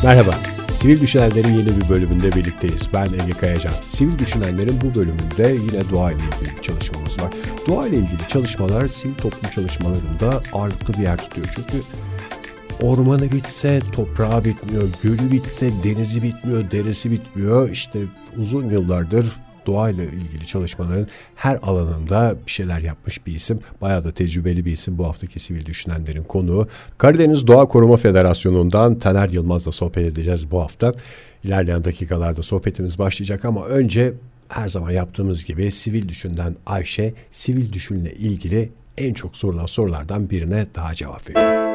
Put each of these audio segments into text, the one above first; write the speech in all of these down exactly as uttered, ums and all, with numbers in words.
Merhaba, Sivil Düşünenler'in yeni bir bölümünde birlikteyiz. Ben Ege Kayacan. Sivil Düşünenler'in bu bölümünde yine doğa ile ilgili bir çalışmamız var. Doğa ile ilgili çalışmalar sivil toplum çalışmalarında ağırlıklı bir yer tutuyor. Çünkü ormanı bitse toprağı bitmiyor, gölü bitse denizi bitmiyor, deresi bitmiyor. İşte uzun yıllardır doğayla ilgili çalışmaların her alanında bir şeyler yapmış bir isim. Bayağı da tecrübeli bir isim. Bu haftaki Sivil Düşünenler'in konuğu. Karadeniz Doğa Koruma Federasyonu'ndan Taner Yılmaz'la sohbet edeceğiz bu hafta. İlerleyen dakikalarda sohbetimiz başlayacak ama önce her zaman yaptığımız gibi Sivil Düşün'den Ayşe, Sivil Düşün'le ilgili en çok sorulan sorulardan birine daha cevap veriyor.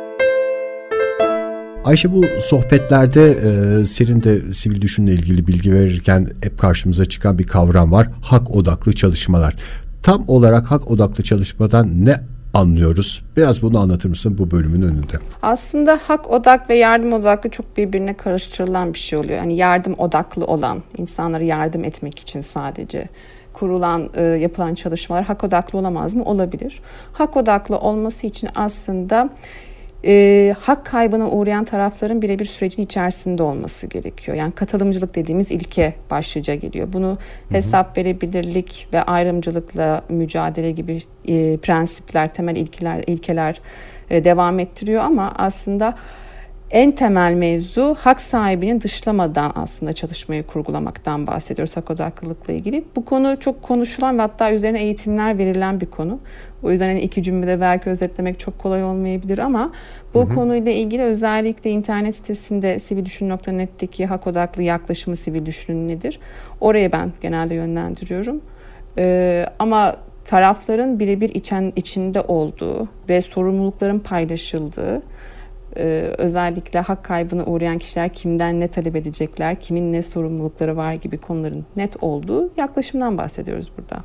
Ayşe, bu sohbetlerde e, senin de sivil düşünle ilgili bilgi verirken hep karşımıza çıkan bir kavram var. Hak odaklı çalışmalar. Tam olarak hak odaklı çalışmadan ne anlıyoruz? Biraz bunu anlatır mısın bu bölümün önünde? Aslında hak odak ve yardım odaklı çok birbirine karıştırılan bir şey oluyor. Yani yardım odaklı olan, insanlara yardım etmek için sadece kurulan, e, yapılan çalışmalar hak odaklı olamaz mı? Olabilir. Hak odaklı olması için aslında E, hak kaybına uğrayan tarafların birebir sürecin içerisinde olması gerekiyor. Yani katılımcılık dediğimiz ilke başlıca geliyor. Bunu hı hı. hesap verebilirlik ve ayrımcılıkla mücadele gibi e, prensipler, temel ilkeler, ilkeler e, devam ettiriyor ama aslında en temel mevzu hak sahibinin dışlamadan aslında çalışmayı kurgulamaktan bahsediyoruz hak odaklılıkla ilgili. Bu konu çok konuşulan ve hatta üzerine eğitimler verilen bir konu. O yüzden hani iki cümlede belki özetlemek çok kolay olmayabilir ama bu hı hı. konuyla ilgili özellikle internet sitesinde sivil düşün nokta net'teki hak odaklı yaklaşımı sivil düşünün nedir? Oraya ben genelde yönlendiriyorum. Ee, ama tarafların birebir içen, içinde olduğu ve sorumlulukların paylaşıldığı, Ee, özellikle hak kaybına uğrayan kişiler kimden ne talep edecekler, kimin ne sorumlulukları var gibi konuların net olduğu yaklaşımdan bahsediyoruz burada.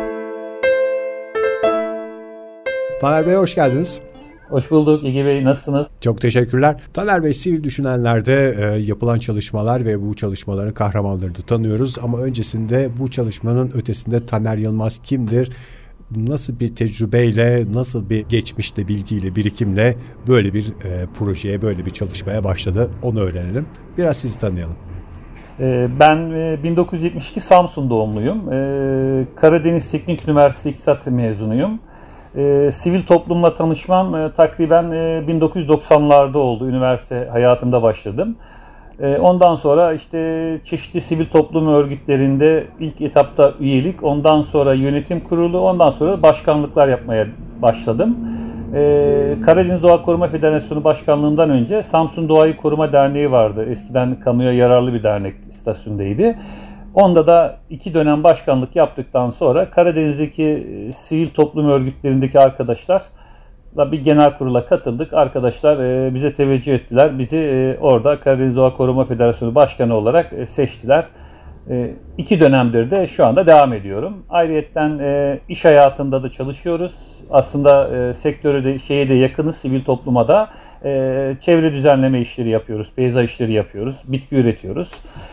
Taner Bey, hoş geldiniz. Hoş bulduk Ege Bey, nasılsınız? Çok teşekkürler. Taner Bey, Sivil Düşünenler'de e, yapılan çalışmalar ve bu çalışmaların kahramanlarını tanıyoruz. Ama öncesinde bu çalışmanın ötesinde Taner Yılmaz kimdir? Nasıl bir tecrübeyle, nasıl bir geçmişte, bilgiyle, birikimle böyle bir e, projeye, böyle bir çalışmaya başladı? Onu öğrenelim. Biraz sizi tanıyalım. Ben bin dokuz yüz yetmiş iki Samsun doğumluyum. Karadeniz Teknik Üniversitesi İktisat mezunuyum. Sivil toplumla tanışmam takriben bin dokuz yüz doksanlarda oldu. Üniversite hayatımda başladım. Ondan sonra işte çeşitli sivil toplum örgütlerinde ilk etapta üyelik, ondan sonra yönetim kurulu, ondan sonra başkanlıklar yapmaya başladım. Karadeniz Doğa Koruma Federasyonu Başkanlığından önce Samsun Doğayı Koruma Derneği vardı. Eskiden kamuya yararlı bir dernek statüsündeydi. Onda da iki dönem başkanlık yaptıktan sonra Karadeniz'deki sivil toplum örgütlerindeki arkadaşlar bir genel kurula katıldık. Arkadaşlar e, bize teveccüh ettiler. Bizi e, orada Karadeniz Doğa Koruma Federasyonu Başkanı olarak e, seçtiler. E, iki dönemdir de şu anda devam ediyorum. Ayrıyetten e, iş hayatında da çalışıyoruz. Aslında e, sektörü de şeye de yakınız, sivil topluma da e, çevre düzenleme işleri yapıyoruz, peyzaj işleri yapıyoruz, bitki üretiyoruz.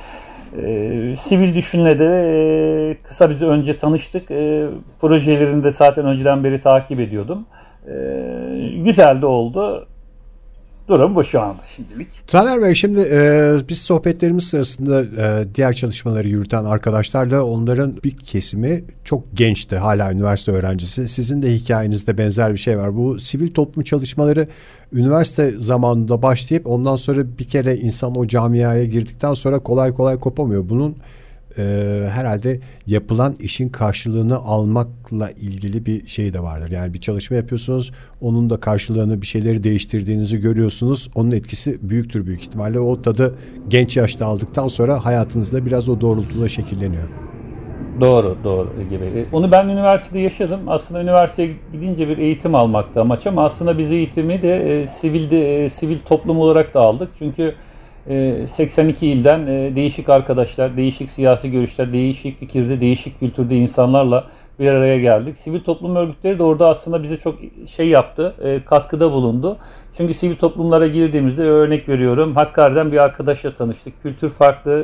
E, sivil Düşün'le de e, kısa bizi önce tanıştık. E, projelerini de zaten önceden beri takip ediyordum. Ee, güzel de oldu. Durum bu şu anda şimdilik. Taner Bey, şimdi e, biz sohbetlerimiz sırasında e, diğer çalışmaları yürüten arkadaşlarla onların bir kesimi çok gençti. Hala üniversite öğrencisi. Sizin de hikayenizde benzer bir şey var. Bu sivil toplum çalışmaları üniversite zamanında başlayıp ondan sonra bir kere insan o camiaya girdikten sonra kolay kolay kopamıyor. Bunun Ee, herhalde yapılan işin karşılığını almakla ilgili bir şey de vardır. Yani bir çalışma yapıyorsunuz, onun da karşılığını, bir şeyleri değiştirdiğinizi görüyorsunuz. Onun etkisi büyüktür büyük ihtimalle. O tadı genç yaşta aldıktan sonra hayatınızda biraz o doğrultuda şekilleniyor. Doğru, doğru gibi. Onu ben üniversitede yaşadım. Aslında üniversiteye gidince bir eğitim almakta amaç ama aslında biz eğitimi de e, sivilde, e, sivil toplum olarak da aldık. Çünkü seksen iki ilden değişik arkadaşlar, değişik siyasi görüşler, değişik fikirde, değişik kültürde insanlarla bir araya geldik. Sivil toplum örgütleri de orada aslında bize çok şey yaptı, katkıda bulundu. Çünkü sivil toplumlara girdiğimizde örnek veriyorum, Hakkari'den bir arkadaşla tanıştık. Kültür farklı,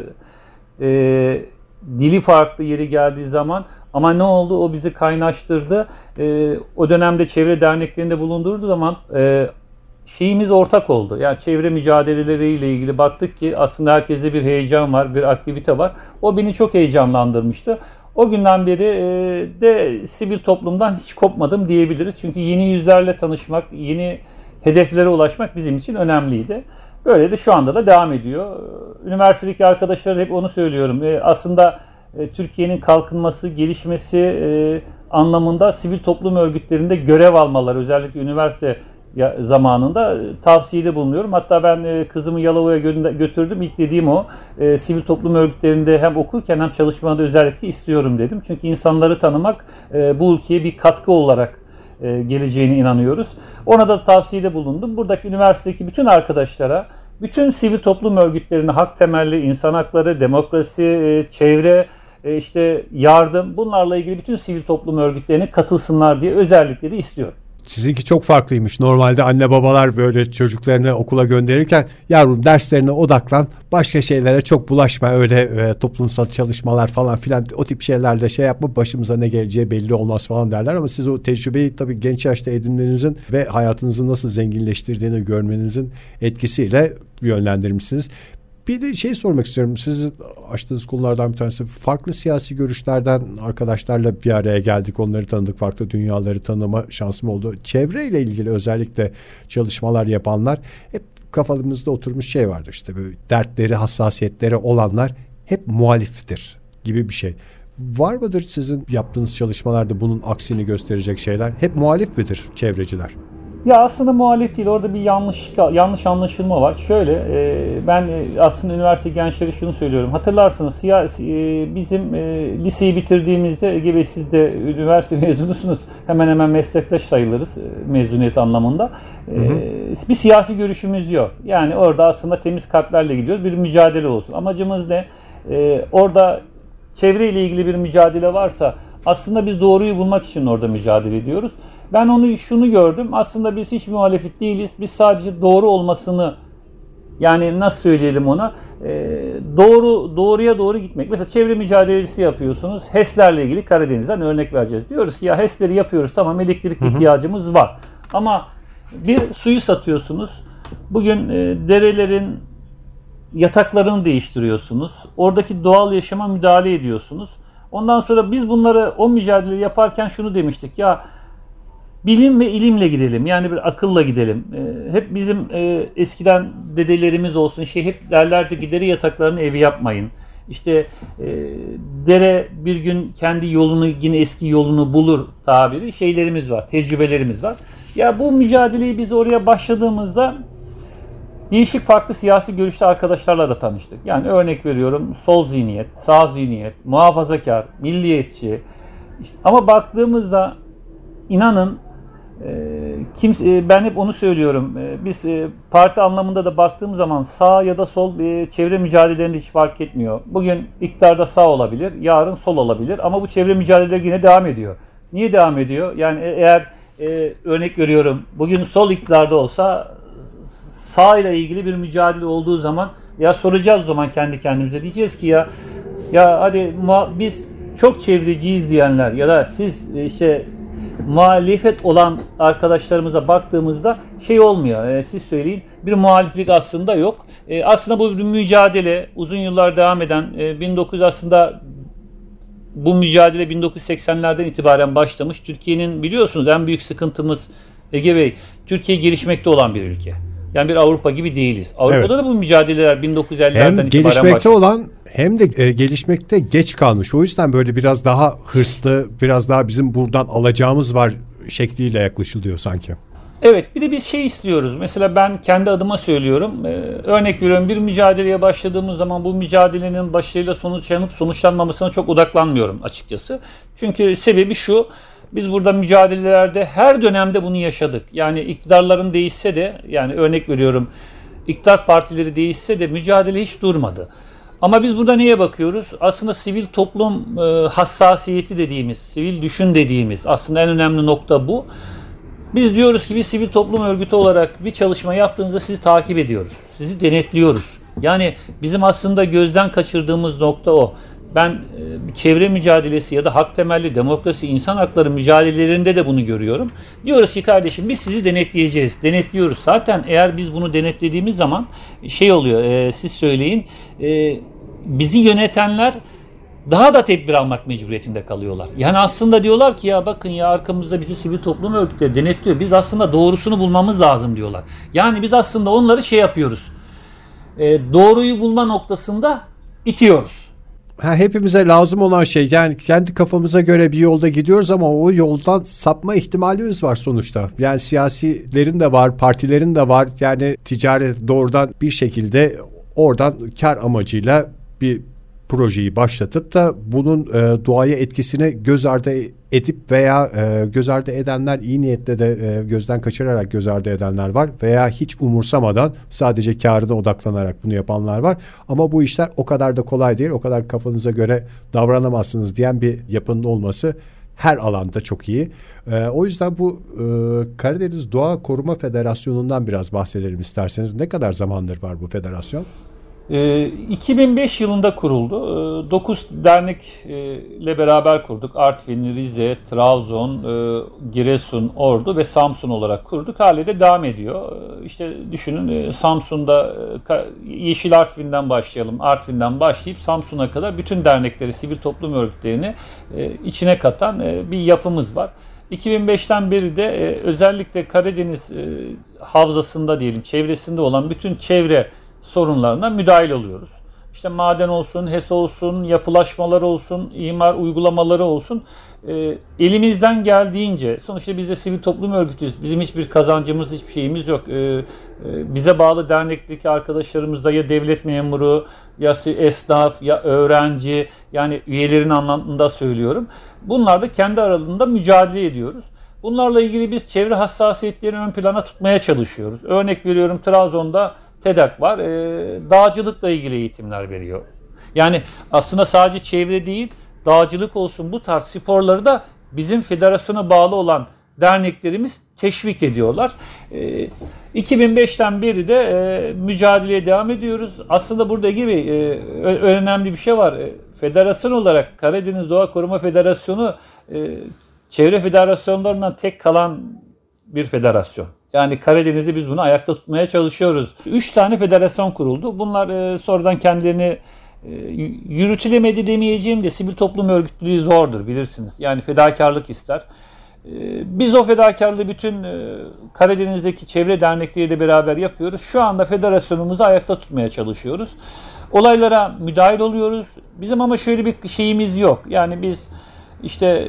dili farklı yeri geldiği zaman ama ne oldu? O bizi kaynaştırdı. O dönemde çevre derneklerinde bulundurduğu zaman şeyimiz ortak oldu. Yani çevre mücadeleleriyle ilgili baktık ki aslında herkeste bir heyecan var, bir aktivite var. O beni çok heyecanlandırmıştı. O günden beri de sivil toplumdan hiç kopmadım diyebiliriz. Çünkü yeni yüzlerle tanışmak, yeni hedeflere ulaşmak bizim için önemliydi. Böyle de şu anda da devam ediyor. Üniversitedeki arkadaşlara hep onu söylüyorum. Aslında Türkiye'nin kalkınması, gelişmesi anlamında sivil toplum örgütlerinde görev almaları, özellikle üniversite zamanında tavsiyede bulunuyorum. Hatta ben kızımı Yalova'ya götürdüm. İlk dediğim o. E, sivil toplum örgütlerinde hem okurken hem çalışmada özellikle istiyorum dedim. Çünkü insanları tanımak e, bu ülkeye bir katkı olarak e, geleceğine inanıyoruz. Ona da tavsiyede bulundum. Buradaki üniversitedeki bütün arkadaşlara, bütün sivil toplum örgütlerine hak temelli, insan hakları, demokrasi, e, çevre, e, işte yardım, bunlarla ilgili bütün sivil toplum örgütlerine katılsınlar diye özellikle de istiyorum. Sizinki çok farklıymış. Normalde anne babalar böyle çocuklarını okula gönderirken yavrum derslerine odaklan, başka şeylere çok bulaşma, öyle e, toplumsal çalışmalar falan filan o tip şeylerde şey yapma, başımıza ne geleceği belli olmaz falan derler. Ama siz o tecrübeyi tabii genç yaşta edinmenizin ve hayatınızı nasıl zenginleştirdiğini görmenizin etkisiyle yönlendirmişsiniz. Bir de şey sormak istiyorum. Siz açtığınız konulardan bir tanesi, farklı siyasi görüşlerden arkadaşlarla bir araya geldik. Onları tanıdık. Farklı dünyaları tanıma şansım oldu. Çevreyle ilgili özellikle çalışmalar yapanlar, hep kafamızda oturmuş şey vardır. İşte böyle dertleri, hassasiyetleri olanlar hep muhaliftir gibi bir şey. Var mıdır sizin yaptığınız çalışmalarda bunun aksini gösterecek şeyler? Hep muhalif midir çevreciler? Ya aslında muhalif değil. Orada bir yanlış yanlış anlaşılma var. Şöyle, e, ben aslında üniversite gençleri şunu söylüyorum. Hatırlarsınız siyasi, e, bizim e, liseyi bitirdiğimizde, Ege Bey siz de üniversite mezunusunuz. Hemen hemen meslektaş sayılırız e, mezuniyet anlamında. E, hı hı. Bir siyasi görüşümüz yok. Yani orada aslında temiz kalplerle gidiyoruz. Bir mücadele olsun. Amacımız ne? E, orada çevreyle ilgili bir mücadele varsa aslında biz doğruyu bulmak için orada mücadele ediyoruz. Ben onu şunu gördüm. Aslında biz hiç muhalefet değiliz. Biz sadece doğru olmasını, yani nasıl söyleyelim ona, e, doğru doğruya doğru gitmek. Mesela çevre mücadelesi yapıyorsunuz. HES'lerle ilgili Karadeniz'den örnek vereceğiz. Diyoruz ki ya HES'leri yapıyoruz, tamam, elektrik hı hı. ihtiyacımız var. Ama bir suyu satıyorsunuz. Bugün e, derelerin yataklarını değiştiriyorsunuz. Oradaki doğal yaşama müdahale ediyorsunuz. Ondan sonra biz bunları, o mücadeleyi yaparken şunu demiştik. Ya bilim ve ilimle gidelim. Yani bir akılla gidelim. E, hep bizim e, eskiden dedelerimiz olsun şey hep derlerdi ki dere yataklarını evi yapmayın. İşte e, dere bir gün kendi yolunu, yine eski yolunu bulur tabiri şeylerimiz var, tecrübelerimiz var. Ya bu mücadeleyi biz oraya başladığımızda değişik farklı siyasi görüşte arkadaşlarla da tanıştık. Yani örnek veriyorum, sol zihniyet, sağ zihniyet, muhafazakar, milliyetçi. İşte, ama baktığımızda inanın e, kimse, ben hep onu söylüyorum. E, biz e, parti anlamında da baktığımız zaman sağ ya da sol e, çevre mücadelelerinde hiç fark etmiyor. Bugün iktidarda sağ olabilir, yarın sol olabilir ama bu çevre mücadeleleri yine devam ediyor. Niye devam ediyor? Yani eğer e, örnek veriyorum, bugün sol iktidarda olsa sağ ile ilgili bir mücadele olduğu zaman ya soracağız o zaman kendi kendimize, diyeceğiz ki ya ya hadi biz çok çevreciyiz diyenler ya da siz işte muhalefet olan arkadaşlarımıza baktığımızda şey olmuyor. E, siz söyleyin, bir muhaliflik aslında yok. E, aslında bu bir mücadele uzun yıllar devam eden e, bin dokuz yüz aslında bu mücadele bin dokuz yüz seksenlerden itibaren başlamış. Türkiye'nin biliyorsunuz en büyük sıkıntımız Ege Bey, Türkiye gelişmekte olan bir ülke. Yani bir Avrupa gibi değiliz. Avrupa'da evet. da bu mücadeleler bin dokuz yüz ellilerden itibaren başladı. Hem gelişmekte olan hem de e, gelişmekte geç kalmış. O yüzden böyle biraz daha hırslı, biraz daha bizim buradan alacağımız var şekliyle yaklaşılıyor sanki. Evet, bir de biz şey istiyoruz. Mesela ben kendi adıma söylüyorum. Ee, örnek veriyorum, bir mücadeleye başladığımız zaman bu mücadelenin başarıyla sonuçlanıp sonuçlanmamasına çok odaklanmıyorum açıkçası. Çünkü sebebi şu. Biz burada mücadelelerde her dönemde bunu yaşadık. Yani iktidarların değişse de, yani örnek veriyorum, iktidar partileri değişse de mücadele hiç durmadı. Ama biz burada neye bakıyoruz? Aslında sivil toplum e, hassasiyeti dediğimiz, sivil düşün dediğimiz aslında en önemli nokta bu. Biz diyoruz ki bir sivil toplum örgütü olarak bir çalışma yaptığınızda sizi takip ediyoruz. Sizi denetliyoruz. Yani bizim aslında gözden kaçırdığımız nokta o. Ben e, çevre mücadelesi ya da hak temelli demokrasi, insan hakları mücadelelerinde de bunu görüyorum. Diyoruz ki kardeşim biz sizi denetleyeceğiz. Denetliyoruz. Zaten eğer biz bunu denetlediğimiz zaman şey oluyor, e, siz söyleyin, e, bizi yönetenler daha da tedbir almak mecburiyetinde kalıyorlar. Yani aslında diyorlar ki ya bakın ya arkamızda bizi sivil toplum örgütleri denetliyor. Biz aslında doğrusunu bulmamız lazım diyorlar. Yani biz aslında onları şey yapıyoruz. E, doğruyu bulma noktasında itiyoruz. Ha, hepimize lazım olan şey, yani kendi kafamıza göre bir yolda gidiyoruz ama o yoldan sapma ihtimalimiz var sonuçta. Yani siyasilerin de var, partilerin de var. Yani ticaret doğrudan bir şekilde oradan kar amacıyla bir projeyi başlatıp da bunun e, doğaya etkisini göz ardı edip veya e, göz ardı edenler, iyi niyetle de e, gözden kaçırarak göz ardı edenler var veya hiç umursamadan sadece karına odaklanarak bunu yapanlar var. Ama bu işler o kadar da kolay değil, o kadar kafanıza göre davranamazsınız diyen bir yapının olması her alanda çok iyi. E, o yüzden bu e, Karadeniz Doğa Koruma Federasyonu'ndan biraz bahsedelim isterseniz. Ne kadar zamandır var bu federasyon? iki bin beş yılında kuruldu. dokuz dernekle beraber kurduk. Artvin, Rize, Trabzon, Giresun, Ordu ve Samsun olarak kurduk. Hali de devam ediyor. İşte düşünün, Samsun'da Yeşil Artvin'den başlayalım. Artvin'den başlayıp Samsun'a kadar bütün dernekleri, sivil toplum örgütlerini içine katan bir yapımız var. iki bin beşten beri de özellikle Karadeniz havzasında diyelim, çevresinde olan bütün çevre sorunlarına müdahil oluyoruz. İşte maden olsun, H E S olsun, yapılaşmalar olsun, imar uygulamaları olsun. E, elimizden geldiğince, sonuçta biz de sivil toplum örgütüyüz. Bizim hiçbir kazancımız, hiçbir şeyimiz yok. E, e, bize bağlı dernekteki arkadaşlarımız da ya devlet memuru, ya esnaf, ya öğrenci, yani üyelerin anlamında söylüyorum. Bunlar da kendi aralarında mücadele ediyoruz. Bunlarla ilgili biz çevre hassasiyetlerini ön plana tutmaya çalışıyoruz. Örnek veriyorum, Trabzon'da TEDAK var. E, dağcılıkla ilgili eğitimler veriyor. Yani aslında sadece çevre değil, dağcılık olsun, bu tarz sporları da bizim federasyona bağlı olan derneklerimiz teşvik ediyorlar. E, iki bin beşten beri de e, mücadeleye devam ediyoruz. Aslında burada gibi e, önemli bir şey var. E, federasyon olarak Karadeniz Doğa Koruma Federasyonu e, çevre federasyonlarından tek kalan bir federasyon. Yani Karadeniz'de biz bunu ayakta tutmaya çalışıyoruz. Üç tane federasyon kuruldu. Bunlar e, sonradan kendilerini e, yürütülemedi demeyeceğim de, sivil toplum örgütlülüğü zordur bilirsiniz. Yani fedakarlık ister. E, biz o fedakarlığı bütün e, Karadeniz'deki çevre dernekleriyle beraber yapıyoruz. Şu anda federasyonumuzu ayakta tutmaya çalışıyoruz. Olaylara müdahil oluyoruz. Bizim ama şöyle bir şeyimiz yok. Yani biz işte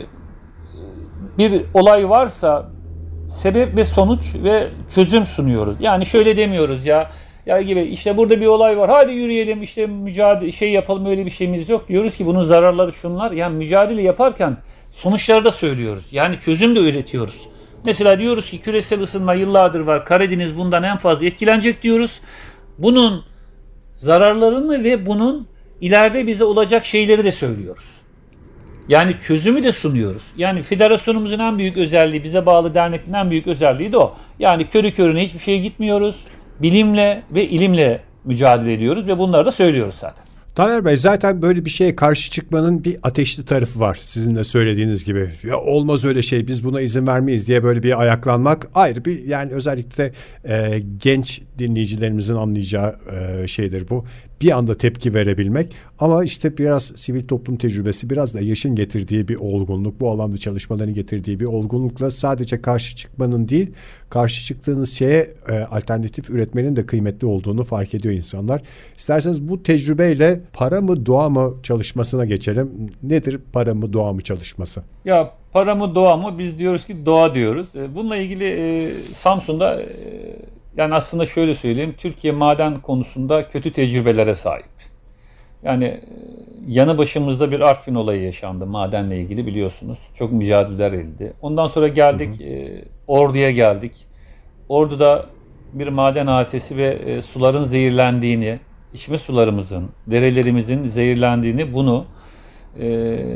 bir olay varsa sebep ve sonuç ve çözüm sunuyoruz. Yani şöyle demiyoruz ya, ya gibi işte burada bir olay var, hadi yürüyelim işte mücadele şey yapalım, öyle bir şeyimiz yok. Diyoruz ki bunun zararları şunlar. Yani mücadele yaparken sonuçları da söylüyoruz. Yani çözüm de üretiyoruz. Mesela diyoruz ki küresel ısınma yıllardır var, Karadeniz bundan en fazla etkilenecek diyoruz. Bunun zararlarını ve bunun ileride bize olacak şeyleri de söylüyoruz. Yani çözümü de sunuyoruz. Yani federasyonumuzun en büyük özelliği, bize bağlı dernekin en büyük özelliği de o. Yani körü körüne hiçbir şeye gitmiyoruz. Bilimle ve ilimle mücadele ediyoruz ve bunları da söylüyoruz zaten. Taner Bey, zaten böyle bir şeye karşı çıkmanın bir ateşli tarafı var. Sizin de söylediğiniz gibi. Ya olmaz öyle şey, biz buna izin vermeyiz diye böyle bir ayaklanmak ayrı bir, yani özellikle e, genç dinleyicilerimizin anlayacağı e, şeydir bu. Bir anda tepki verebilmek, ama işte biraz sivil toplum tecrübesi, biraz da yaşın getirdiği bir olgunluk, bu alanda çalışmaların getirdiği bir olgunlukla sadece karşı çıkmanın değil, karşı çıktığınız şeye e, alternatif üretmenin de kıymetli olduğunu fark ediyor insanlar. İsterseniz bu tecrübeyle para mı doğa mı çalışmasına geçelim. Nedir para mı doğa mı çalışması? Ya para mı doğa mı? Biz diyoruz ki doğa diyoruz. Bununla ilgili e, Samsun'da e, yani aslında şöyle söyleyeyim, Türkiye maden konusunda kötü tecrübelere sahip. Yani yanı başımızda bir Artvin olayı yaşandı madenle ilgili, biliyorsunuz. Çok mücadeleler edildi. Ondan sonra geldik, hı hı. E, Ordu'ya geldik. Ordu'da bir maden hadisesi ve e, suların zehirlendiğini, içme sularımızın, derelerimizin zehirlendiğini, bunu e,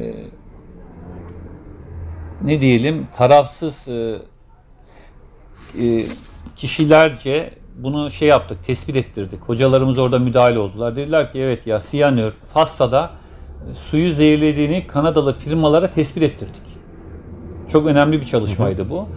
ne diyelim tarafsız e, e, kişilerce bunu şey yaptık, tespit ettirdik. Hocalarımız orada müdahale oldular. Dediler ki evet ya, siyanür Fassa'da suyu zehirlediğini Kanadalı firmalara tespit ettirdik. Çok önemli bir çalışmaydı bu.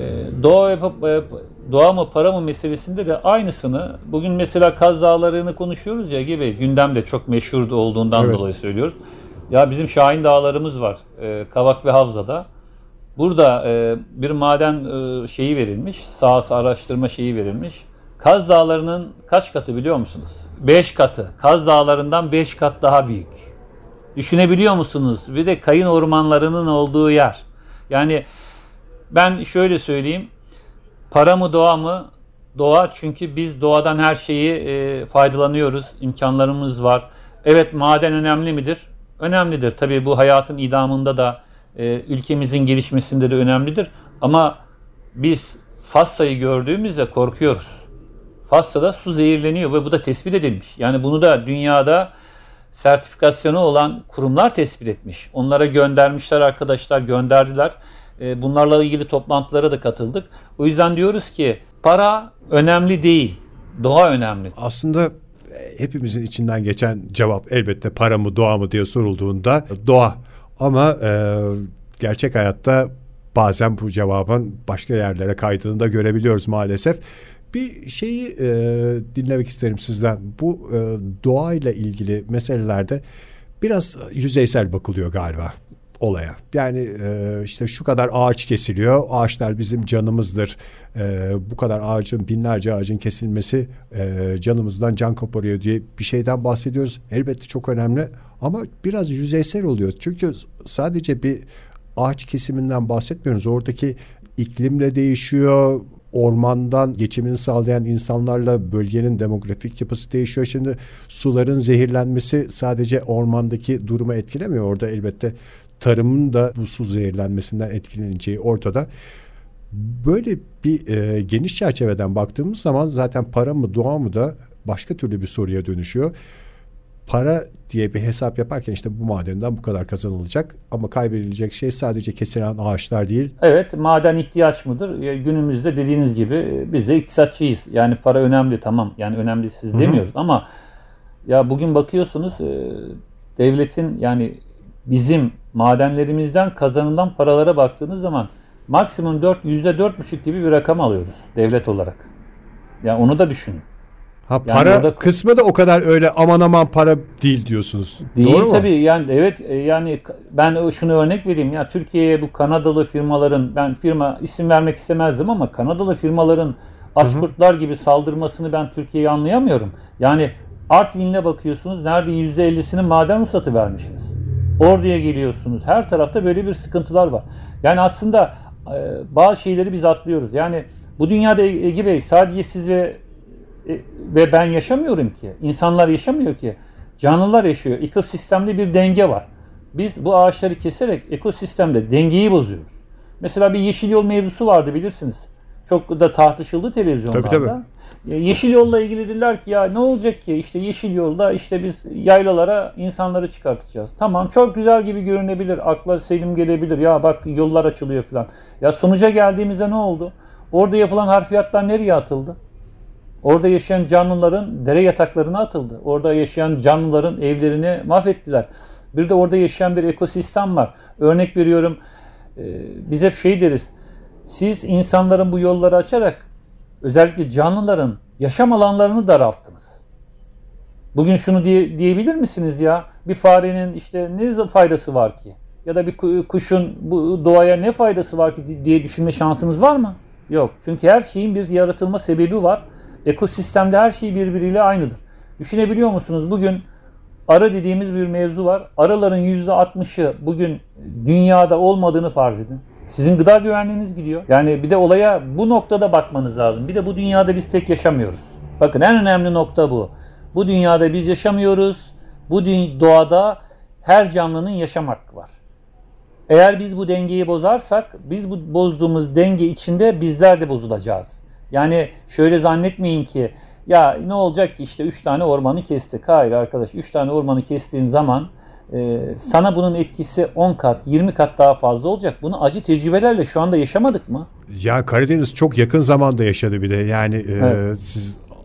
Doğa, doğa mı para mı meselesinde de aynısını, bugün mesela Kaz Dağları'nı konuşuyoruz ya gibi, gündemde çok meşhur olduğundan evet. dolayı söylüyoruz. Ya bizim Şahin Dağlarımız var Kavak ve Havza'da. Burada bir maden şeyi verilmiş, sahası araştırma şeyi verilmiş. Kaz Dağları'nın kaç katı biliyor musunuz? beş katı. Kaz Dağları'ndan beş kat daha büyük. Düşünebiliyor musunuz? Bir de kayın ormanlarının olduğu yer. Yani ben şöyle söyleyeyim. Para mı doğa mı? Doğa, çünkü biz doğadan her şeyi e, faydalanıyoruz. İmkanlarımız var. Evet, maden önemli midir? Önemlidir. Tabii bu hayatın idamında da e, ülkemizin gelişmesinde de önemlidir. Ama biz Fassa'yı gördüğümüzde korkuyoruz. Fassa'da su zehirleniyor ve bu da tespit edilmiş. Yani bunu da dünyada sertifikasyonu olan kurumlar tespit etmiş. Onlara göndermişler, arkadaşlar gönderdiler. Bunlarla ilgili toplantılara da katıldık. O yüzden diyoruz ki para önemli değil, doğa önemli. Aslında hepimizin içinden geçen cevap elbette para mı doğa mı diye sorulduğunda doğa. Ama e, gerçek hayatta bazen bu cevabın başka yerlere kaydığını da görebiliyoruz maalesef. Bir şeyi e, dinlemek isterim sizden. Bu e, doğayla ilgili meselelerde biraz yüzeysel bakılıyor galiba olaya. Yani e, işte şu kadar ağaç kesiliyor. Ağaçlar bizim canımızdır. E, bu kadar ağacın, binlerce ağacın kesilmesi e, canımızdan can koparıyor diye bir şeyden bahsediyoruz. Elbette çok önemli ama biraz yüzeysel oluyor. Çünkü sadece bir ağaç kesiminden bahsetmiyoruz. Oradaki iklimle değişiyor. Ormandan geçimini sağlayan insanlarla bölgenin demografik yapısı değişiyor. Şimdi suların zehirlenmesi sadece ormandaki durumu etkilemiyor. Orada elbette tarımın da bu su zehirlenmesinden etkileneceği ortada. Böyle bir e, geniş çerçeveden baktığımız zaman zaten para mı doğa mı da başka türlü bir soruya dönüşüyor. Para diye bir hesap yaparken işte bu madenden bu kadar kazanılacak ama kaybedilecek şey sadece kesilen ağaçlar değil. Evet, maden ihtiyaç mıdır? Ya günümüzde dediğiniz gibi biz de iktisatçıyız. Yani para önemli, tamam. Yani önemli siz Hı-hı. demiyoruz ama ya bugün bakıyorsunuz e, devletin, yani bizim madenlerimizden kazanılan paralara baktığınız zaman maksimum dört yüzde dört buçuk gibi bir rakam alıyoruz devlet olarak. Yani onu da düşünün. Ha, yani para orada kısmı da o kadar öyle aman aman para değil diyorsunuz. Değil Doğru tabii mu? Yani evet, yani ben şunu örnek vereyim ya, Türkiye'ye bu Kanadalı firmaların, ben firma isim vermek istemezdim ama Kanadalı firmaların açkurtlar gibi saldırmasını ben Türkiye'yi anlayamıyorum. Yani Artvin'le bakıyorsunuz, nerede yüzde ellisini maden ruhsatı vermişsiniz. Ordu'ya geliyorsunuz, her tarafta böyle bir sıkıntılar var. Yani aslında bazı şeyleri biz atlıyoruz. Yani bu dünyada Ege Bey sadece siz ve ve ben yaşamıyorum ki. İnsanlar yaşamıyor ki. Canlılar yaşıyor. Ekosistemde bir denge var. Biz bu ağaçları keserek ekosistemde dengeyi bozuyoruz. Mesela bir yeşil yol mevzusu vardı, bilirsiniz. Çok da tartışıldı televizyonlarda. Tabii, tabii. Yeşil yolla ilgili dediler ki ya ne olacak ki, işte yeşil yolda işte biz yaylalara insanları çıkartacağız. Tamam, çok güzel gibi görünebilir. Akla selim gelebilir. Ya bak yollar açılıyor falan. Ya sonuca geldiğimizde ne oldu? Orada yapılan harfiyatlar nereye atıldı? Orada yaşayan canlıların dere yataklarına atıldı. Orada yaşayan canlıların evlerini mahvettiler. Bir de orada yaşayan bir ekosistem var. Örnek veriyorum, biz hep şey deriz. Siz insanların bu yolları açarak özellikle canlıların yaşam alanlarını daralttınız. Bugün şunu diye, diyebilir misiniz ya? Bir farenin işte ne faydası var ki? Ya da bir kuşun bu doğaya ne faydası var ki diye düşünme şansınız var mı? Yok. Çünkü her şeyin bir yaratılma sebebi var. Ekosistemde her şey birbiriyle aynıdır. Düşünebiliyor musunuz? Bugün arı dediğimiz bir mevzu var. Arıların yüzde altmışı bugün dünyada olmadığını farz edin. Sizin gıda güvenliğiniz gidiyor. Yani bir de olaya bu noktada bakmanız lazım. Bir de bu dünyada biz tek yaşamıyoruz. Bakın en önemli nokta bu. Bu dünyada biz yaşamıyoruz. Bu doğada her canlının yaşam hakkı var. Eğer biz bu dengeyi bozarsak, biz bu bozduğumuz denge içinde bizler de bozulacağız. Yani şöyle zannetmeyin ki ya ne olacak ki işte üç tane ormanı kestik. Hayır arkadaş, üç tane ormanı kestiğin zaman e, sana bunun etkisi on kat, yirmi kat daha fazla olacak. Bunu acı tecrübelerle şu anda yaşamadık mı? Ya Karadeniz çok yakın zamanda yaşadı bir de. Yani e, evet. Siz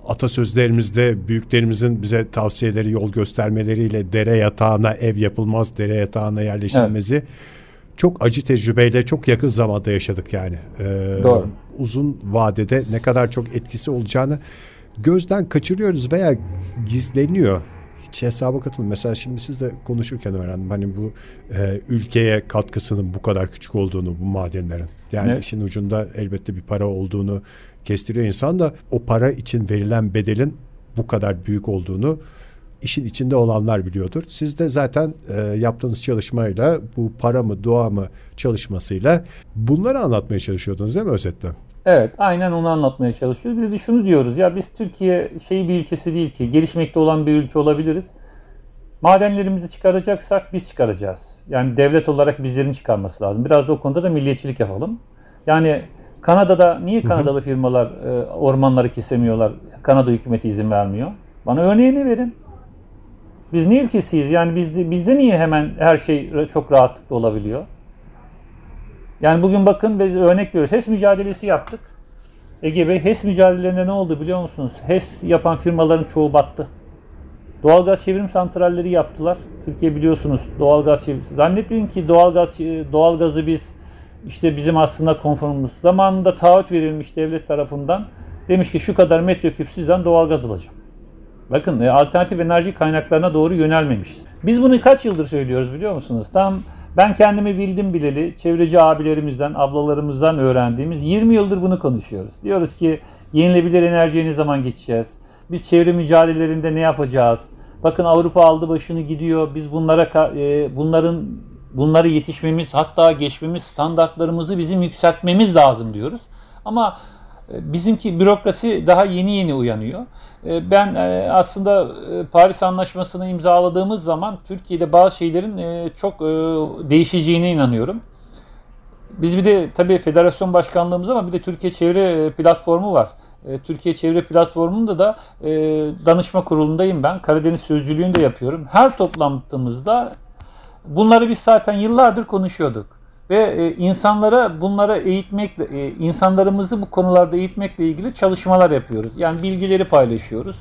atasözlerimizde büyüklerimizin bize tavsiyeleri, yol göstermeleriyle dere yatağına ev yapılmaz, dere yatağına yerleşilmezi evet. çok acı tecrübeyle çok yakın zamanda yaşadık yani. Ee, Doğru. Uzun vadede ne kadar çok etkisi olacağını gözden kaçırıyoruz veya gizleniyor. Hiç hesaba katılmıyor. Mesela şimdi siz de konuşurken öğrendim. Hani bu e, ülkeye katkısının bu kadar küçük olduğunu bu madenlerin. Yani evet. işin ucunda elbette bir para olduğunu kestiriyor insan da o para için verilen bedelin bu kadar büyük olduğunu işin içinde olanlar biliyordur. Siz de zaten e, yaptığınız çalışmayla bu para mı doğa mı çalışmasıyla bunları anlatmaya çalışıyordunuz değil mi özetle? Evet, aynen onu anlatmaya çalışıyoruz. Bir de şunu diyoruz ya, biz Türkiye şey bir ülkesi değil ki, gelişmekte olan bir ülke olabiliriz. Madenlerimizi çıkaracaksak biz çıkaracağız. Yani devlet olarak bizlerin çıkarması lazım. Biraz da o konuda da milliyetçilik yapalım. Yani Kanada'da niye Kanadalı firmalar e, ormanları kesemiyorlar? Kanada hükümeti izin vermiyor. Bana örneğini verin. Biz ne ülkesiyiz? Yani bizde, bizde niye hemen her şey çok rahatlıkla olabiliyor? Yani bugün bakın biz örnek veriyoruz. H E S mücadelesi yaptık. Ege Bey, H E S mücadelelerinde ne oldu biliyor musunuz? H E S yapan firmaların çoğu battı. Doğalgaz çevrim santralleri yaptılar. Türkiye biliyorsunuz doğalgaz çevrim. Zannetmeyin ki doğalgaz doğalgazı biz işte bizim aslında konformumuz. Zamanında taahhüt verilmiş devlet tarafından. Demiş ki şu kadar metreküp sizden doğalgaz alacağım. Bakın alternatif enerji kaynaklarına doğru yönelmemişiz. Biz bunu kaç yıldır söylüyoruz biliyor musunuz? Tam ben kendimi bildim bileli çevreci abilerimizden, ablalarımızdan öğrendiğimiz yirmi yıldır bunu konuşuyoruz. Diyoruz ki yenilebilir enerjiye ne zaman geçeceğiz? Biz çevre mücadelelerinde ne yapacağız? Bakın Avrupa aldı başını gidiyor. Biz bunlara bunların bunları yetişmemiz, hatta geçmemiz, standartlarımızı bizim yükseltmemiz lazım diyoruz. Ama bizimki bürokrasi daha yeni yeni uyanıyor. Ben aslında Paris Anlaşması'nı imzaladığımız zaman Türkiye'de bazı şeylerin çok değişeceğine inanıyorum. Biz bir de tabii federasyon başkanlığımız ama bir de Türkiye Çevre Platformu var. Türkiye Çevre Platformu'nda da danışma kurulundayım ben. Karadeniz Sözcülüğü'nü de yapıyorum. Her toplantımızda bunları biz zaten yıllardır konuşuyorduk. Ve insanlara bunlara eğitmekle, insanlarımızı bu konularda eğitmekle ilgili çalışmalar yapıyoruz. Yani bilgileri paylaşıyoruz.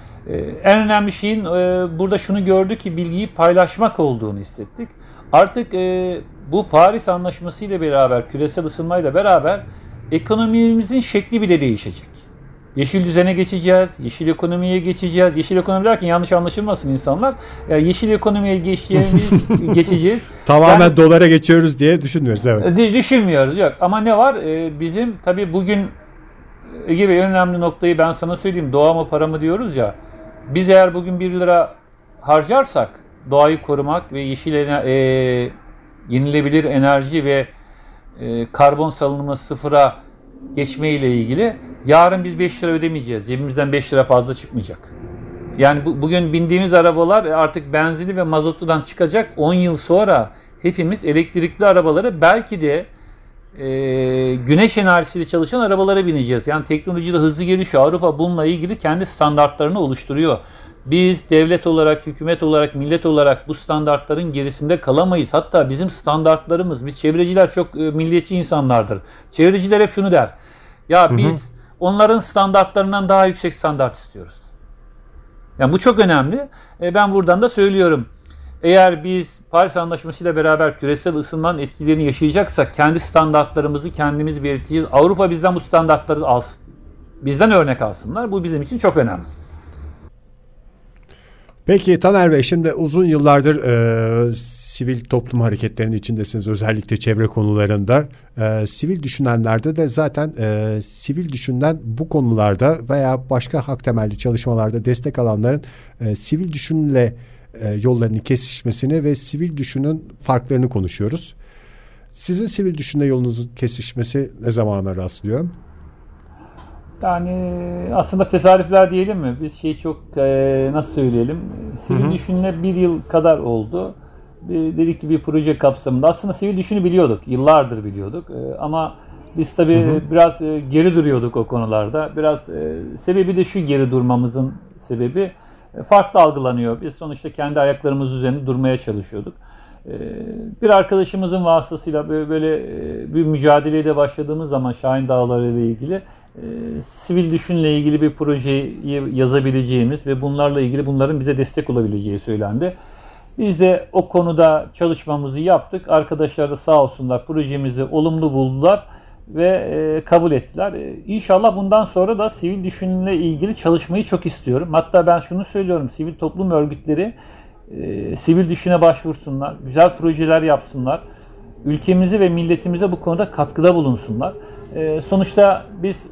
En önemli şeyin burada şunu gördük ki bilgiyi paylaşmak olduğunu hissettik. Artık bu Paris Anlaşması ile beraber, küresel ısınmayla beraber ekonomimizin şekli bile değişecek. Yeşil düzene geçeceğiz, yeşil ekonomiye geçeceğiz. Yeşil ekonomi derken yanlış anlaşılmasın insanlar. Yani yeşil ekonomiye geçeceğimiz, geçeceğiz. Tamamen yani, dolara geçiyoruz diye düşünmüyoruz. Evet. Düşünmüyoruz. Yok. Ama ne var? Ee, bizim tabii bugün Ege Bey, en önemli noktayı ben sana söyleyeyim. Doğa mı para mı diyoruz ya. Biz eğer bugün bir lira harcarsak doğayı korumak ve yeşil e, yenilebilir enerji ve e, karbon salınımı sıfıra geçme ile ilgili yarın biz beş lira ödemeyeceğiz. Cebimizden beş lira fazla çıkmayacak. Yani bu, bugün bindiğimiz arabalar artık benzinli ve mazotludan çıkacak. on yıl sonra hepimiz elektrikli arabaları, belki de e, güneş enerjisiyle çalışan arabalara bineceğiz. Yani teknoloji de hızlı gelişiyor. Avrupa bununla ilgili kendi standartlarını oluşturuyor. Biz devlet olarak, hükümet olarak, millet olarak bu standartların gerisinde kalamayız. Hatta bizim standartlarımız, biz çevreciler çok e, milliyetçi insanlardır. Çevreciler hep şunu der. Ya biz hı hı. onların standartlarından daha yüksek standart istiyoruz. Yani bu çok önemli. E, ben buradan da söylüyorum. Eğer biz Paris Anlaşması ile beraber küresel ısınmanın etkilerini yaşayacaksak kendi standartlarımızı kendimiz belirteceğiz. Avrupa bizden bu standartları alsın. Bizden örnek alsınlar. Bu bizim için çok önemli. Peki Taner Bey, şimdi uzun yıllardır e, sivil toplum hareketlerinin içindesiniz, özellikle çevre konularında. E, sivil düşünenlerde de zaten e, sivil düşünen bu konularda veya başka hak temelli çalışmalarda destek alanların e, sivil düşünle e, yollarını kesişmesini ve sivil düşünün farklarını konuşuyoruz. Sizin sivil düşünle yolunuzun kesişmesi ne zamana rastlıyor? Yani aslında tesadüfler diyelim mi? Biz şey çok e, nasıl söyleyelim? Sivil hı hı. düşünle bir yıl kadar oldu. Bir, dedik ki bir proje kapsamında. Aslında sivil düşünü biliyorduk. Yıllardır biliyorduk. E, ama biz tabii hı hı. biraz e, geri duruyorduk o konularda. Biraz e, sebebi de şu, geri durmamızın sebebi e, farklı algılanıyor. Biz sonuçta kendi ayaklarımız üzerinde durmaya çalışıyorduk. E, bir arkadaşımızın vasıtasıyla böyle, böyle e, bir mücadeleye de başladığımız zaman Şahin Dağları ile ilgili e, sivil düşünle ilgili bir projeyi yazabileceğimiz ve bunlarla ilgili bunların bize destek olabileceği söylendi. Biz de o konuda çalışmamızı yaptık. Arkadaşlar da sağ olsunlar projemizi olumlu buldular ve e, kabul ettiler. E, İnşallah bundan sonra da sivil düşünle ilgili çalışmayı çok istiyorum. Hatta ben şunu söylüyorum, sivil toplum örgütleri e, sivil düşüne başvursunlar, güzel projeler yapsınlar. Ülkemizi ve milletimize bu konuda katkıda bulunsunlar. E, sonuçta biz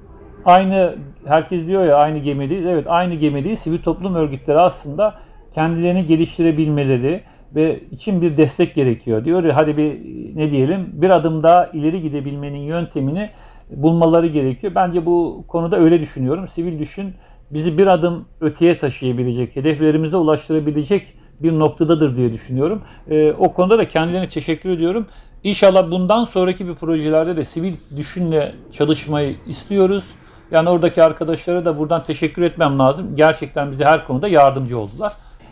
aynı, herkes diyor ya aynı gemideyiz. Evet, aynı gemideyiz. Sivil toplum örgütleri aslında kendilerini geliştirebilmeleri ve için bir destek gerekiyor. Diyor ya, hadi bir ne diyelim bir adım daha ileri gidebilmenin yöntemini bulmaları gerekiyor. Bence bu konuda öyle düşünüyorum. Sivil düşün bizi bir adım öteye taşıyabilecek, hedeflerimize ulaştırabilecek bir noktadadır diye düşünüyorum. Ee, o konuda da kendilerine teşekkür ediyorum. İnşallah bundan sonraki bir projelerde de sivil düşünle çalışmayı istiyoruz. Yani oradaki arkadaşlara da buradan teşekkür etmem lazım. Gerçekten bize her konuda yardımcı oldular.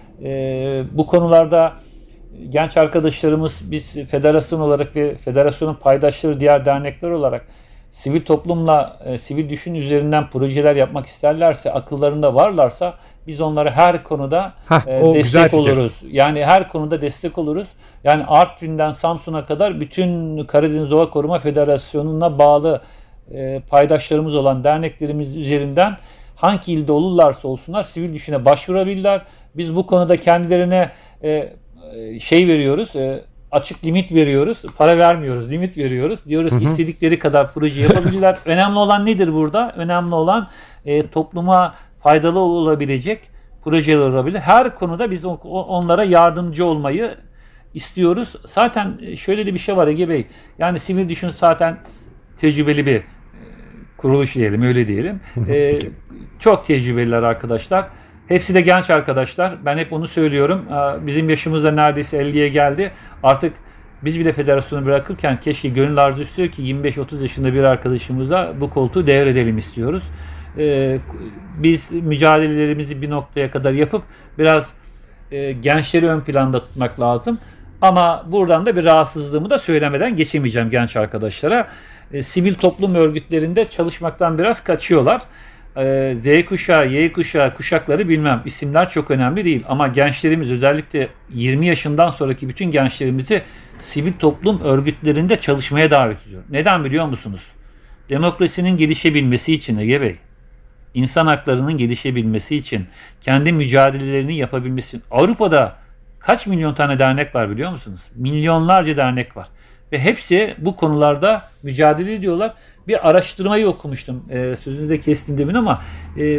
Ee, bu konularda genç arkadaşlarımız, biz federasyon olarak ve federasyonun paydaşları diğer dernekler olarak sivil toplumla e, sivil düşün üzerinden projeler yapmak isterlerse, akıllarında varlarsa biz onlara her konuda Heh, e, destek oluruz. Yani her konuda destek oluruz. Yani Artvin'den Samsun'a kadar bütün Karadeniz Doğa Koruma Federasyonu'na bağlı e, paydaşlarımız olan derneklerimiz üzerinden hangi ilde olurlarsa olsunlar sivil düşüne başvurabilirler. Biz bu konuda kendilerine e, şey veriyoruz, e, açık limit veriyoruz, para vermiyoruz, limit veriyoruz. Diyoruz ki istedikleri kadar proje yapabilirler. Önemli olan nedir burada? Önemli olan e, topluma faydalı olabilecek projeler olabilir. Her konuda biz onlara yardımcı olmayı istiyoruz. Zaten şöyle de bir şey var Ege Bey. Yani sivil düşün zaten tecrübeli bir kuruluş diyelim, öyle diyelim. Ee, çok tecrübeliler arkadaşlar. Hepsi de genç arkadaşlar. Ben hep onu söylüyorum. Bizim yaşımız da neredeyse elliye geldi. Artık biz bile federasyonu bırakırken keşke gönül arzu istiyor ki yirmi beş otuz yaşında bir arkadaşımıza bu koltuğu devredelim istiyoruz. Ee, biz mücadelelerimizi bir noktaya kadar yapıp biraz e, gençleri ön planda tutmak lazım. Ama buradan da bir rahatsızlığımı da söylemeden geçemeyeceğim genç arkadaşlara. E, sivil toplum örgütlerinde çalışmaktan biraz kaçıyorlar. E, Z kuşağı, Y kuşağı, kuşakları bilmem. İsimler çok önemli değil. Ama gençlerimiz, özellikle yirmi yaşından sonraki bütün gençlerimizi sivil toplum örgütlerinde çalışmaya davet ediyor. Neden biliyor musunuz? Demokrasinin gelişebilmesi için Ege Bey, insan haklarının gelişebilmesi için, kendi mücadelelerini yapabilmesi için. Avrupa'da kaç milyon tane dernek var biliyor musunuz? Milyonlarca dernek var. Ve hepsi bu konularda mücadele ediyorlar. Bir araştırmayı okumuştum. E, sözünüzü de kestim demin ama e,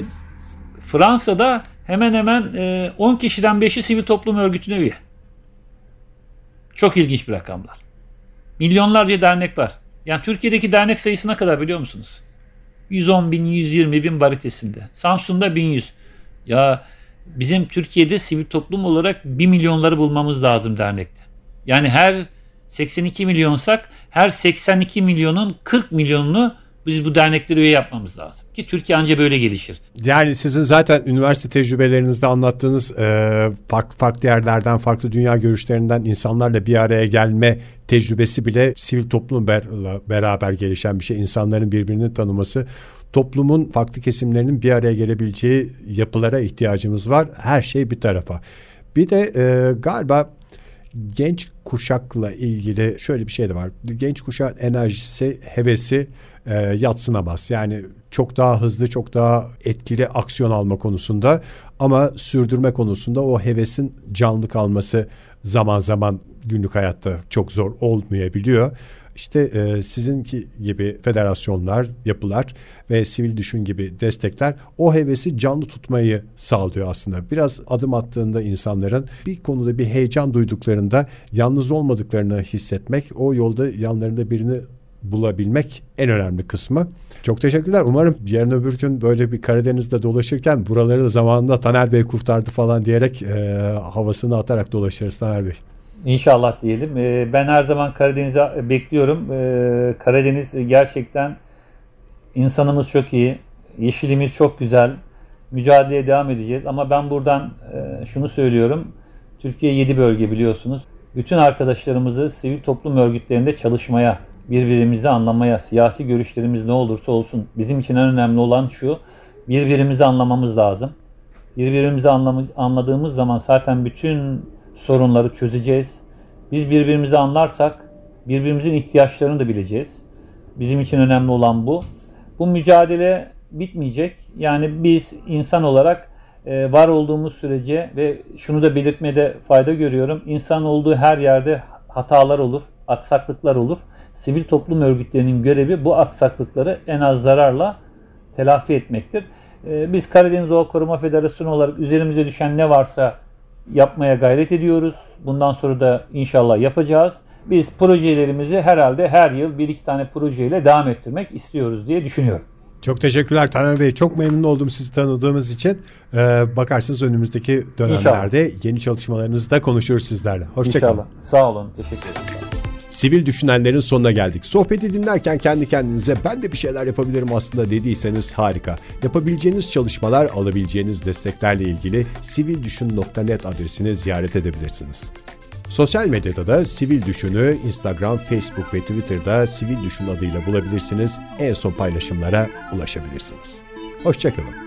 Fransa'da hemen hemen e, on kişiden beşi sivil toplum örgütüne üye. Çok ilginç bir rakamlar. Milyonlarca dernek var. Yani Türkiye'deki dernek sayısına kadar biliyor musunuz? yüz on bin, yüz yirmi bin baritesinde. Samsun'da bin yüz. Ya bizim Türkiye'de sivil toplum olarak bir milyonları bulmamız lazım dernekte. Yani her seksen iki milyonsak her seksen iki milyonun kırk milyonunu biz bu derneklere üye yapmamız lazım. Ki Türkiye anca böyle gelişir. Yani sizin zaten üniversite tecrübelerinizde anlattığınız e, farklı farklı yerlerden, farklı dünya görüşlerinden insanlarla bir araya gelme tecrübesi bile sivil toplumla beraber gelişen bir şey. İnsanların birbirini tanıması, toplumun farklı kesimlerinin bir araya gelebileceği yapılara ihtiyacımız var. Her şey bir tarafa. Bir de e, galiba genç kuşakla ilgili şöyle bir şey de var. Genç kuşak enerjisi, hevesi e, yadsınamaz. Yani çok daha hızlı, çok daha etkili aksiyon alma konusunda, ama sürdürme konusunda o hevesin canlı kalması zaman zaman günlük hayatta çok zor olmayabiliyor. İşte e, sizinki gibi federasyonlar, yapılar ve sivil düşün gibi destekler o hevesi canlı tutmayı sağlıyor aslında. Biraz adım attığında insanların bir konuda bir heyecan duyduklarında yalnız olmadıklarını hissetmek, o yolda yanlarında birini bulabilmek en önemli kısmı. Çok teşekkürler. Umarım yarın öbür gün böyle bir Karadeniz'de dolaşırken buraları da zamanında Taner Bey kurtardı falan diyerek e, havasını atarak dolaşırız Taner Bey. İnşallah diyelim. Ben her zaman Karadeniz'i bekliyorum. Karadeniz gerçekten, insanımız çok iyi, yeşilimiz çok güzel. Mücadeleye devam edeceğiz. Ama ben buradan şunu söylüyorum. Türkiye yedi bölge biliyorsunuz. Bütün arkadaşlarımızı sivil toplum örgütlerinde çalışmaya birbirimizi anlamaya, siyasi görüşlerimiz ne olursa olsun bizim için en önemli olan şu, birbirimizi anlamamız lazım. Birbirimizi anlam- anladığımız zaman zaten bütün sorunları çözeceğiz. Biz birbirimizi anlarsak birbirimizin ihtiyaçlarını da bileceğiz. Bizim için önemli olan bu. Bu mücadele bitmeyecek. Yani biz insan olarak e, var olduğumuz sürece ve şunu da belirtmede fayda görüyorum. İnsan olduğu her yerde hatalar olur, aksaklıklar olur. Sivil toplum örgütlerinin görevi bu aksaklıkları en az zararla telafi etmektir. E, biz Karadeniz Doğa Koruma Federasyonu olarak üzerimize düşen ne varsa yapmaya gayret ediyoruz. Bundan sonra da inşallah yapacağız. Biz projelerimizi herhalde her yıl bir iki tane projeyle devam ettirmek istiyoruz diye düşünüyorum. Çok teşekkürler Taner Bey. Çok memnun oldum sizi tanıdığımız için. Ee, bakarsınız önümüzdeki dönemlerde İnşallah. Yeni çalışmalarınızı da konuşuruz sizlerle. Hoşçakalın. İnşallah. Sağ olun. Teşekkür ederim. Sivil Düşünenlerin sonuna geldik. Sohbeti dinlerken kendi kendinize ben de bir şeyler yapabilirim aslında dediyseniz harika. Yapabileceğiniz çalışmalar, alabileceğiniz desteklerle ilgili sivildüşün nokta net adresini ziyaret edebilirsiniz. Sosyal medyada da Sivil Düşün'ü Instagram, Facebook ve Twitter'da Sivil Düşün adıyla bulabilirsiniz. En son paylaşımlara ulaşabilirsiniz. Hoşçakalın.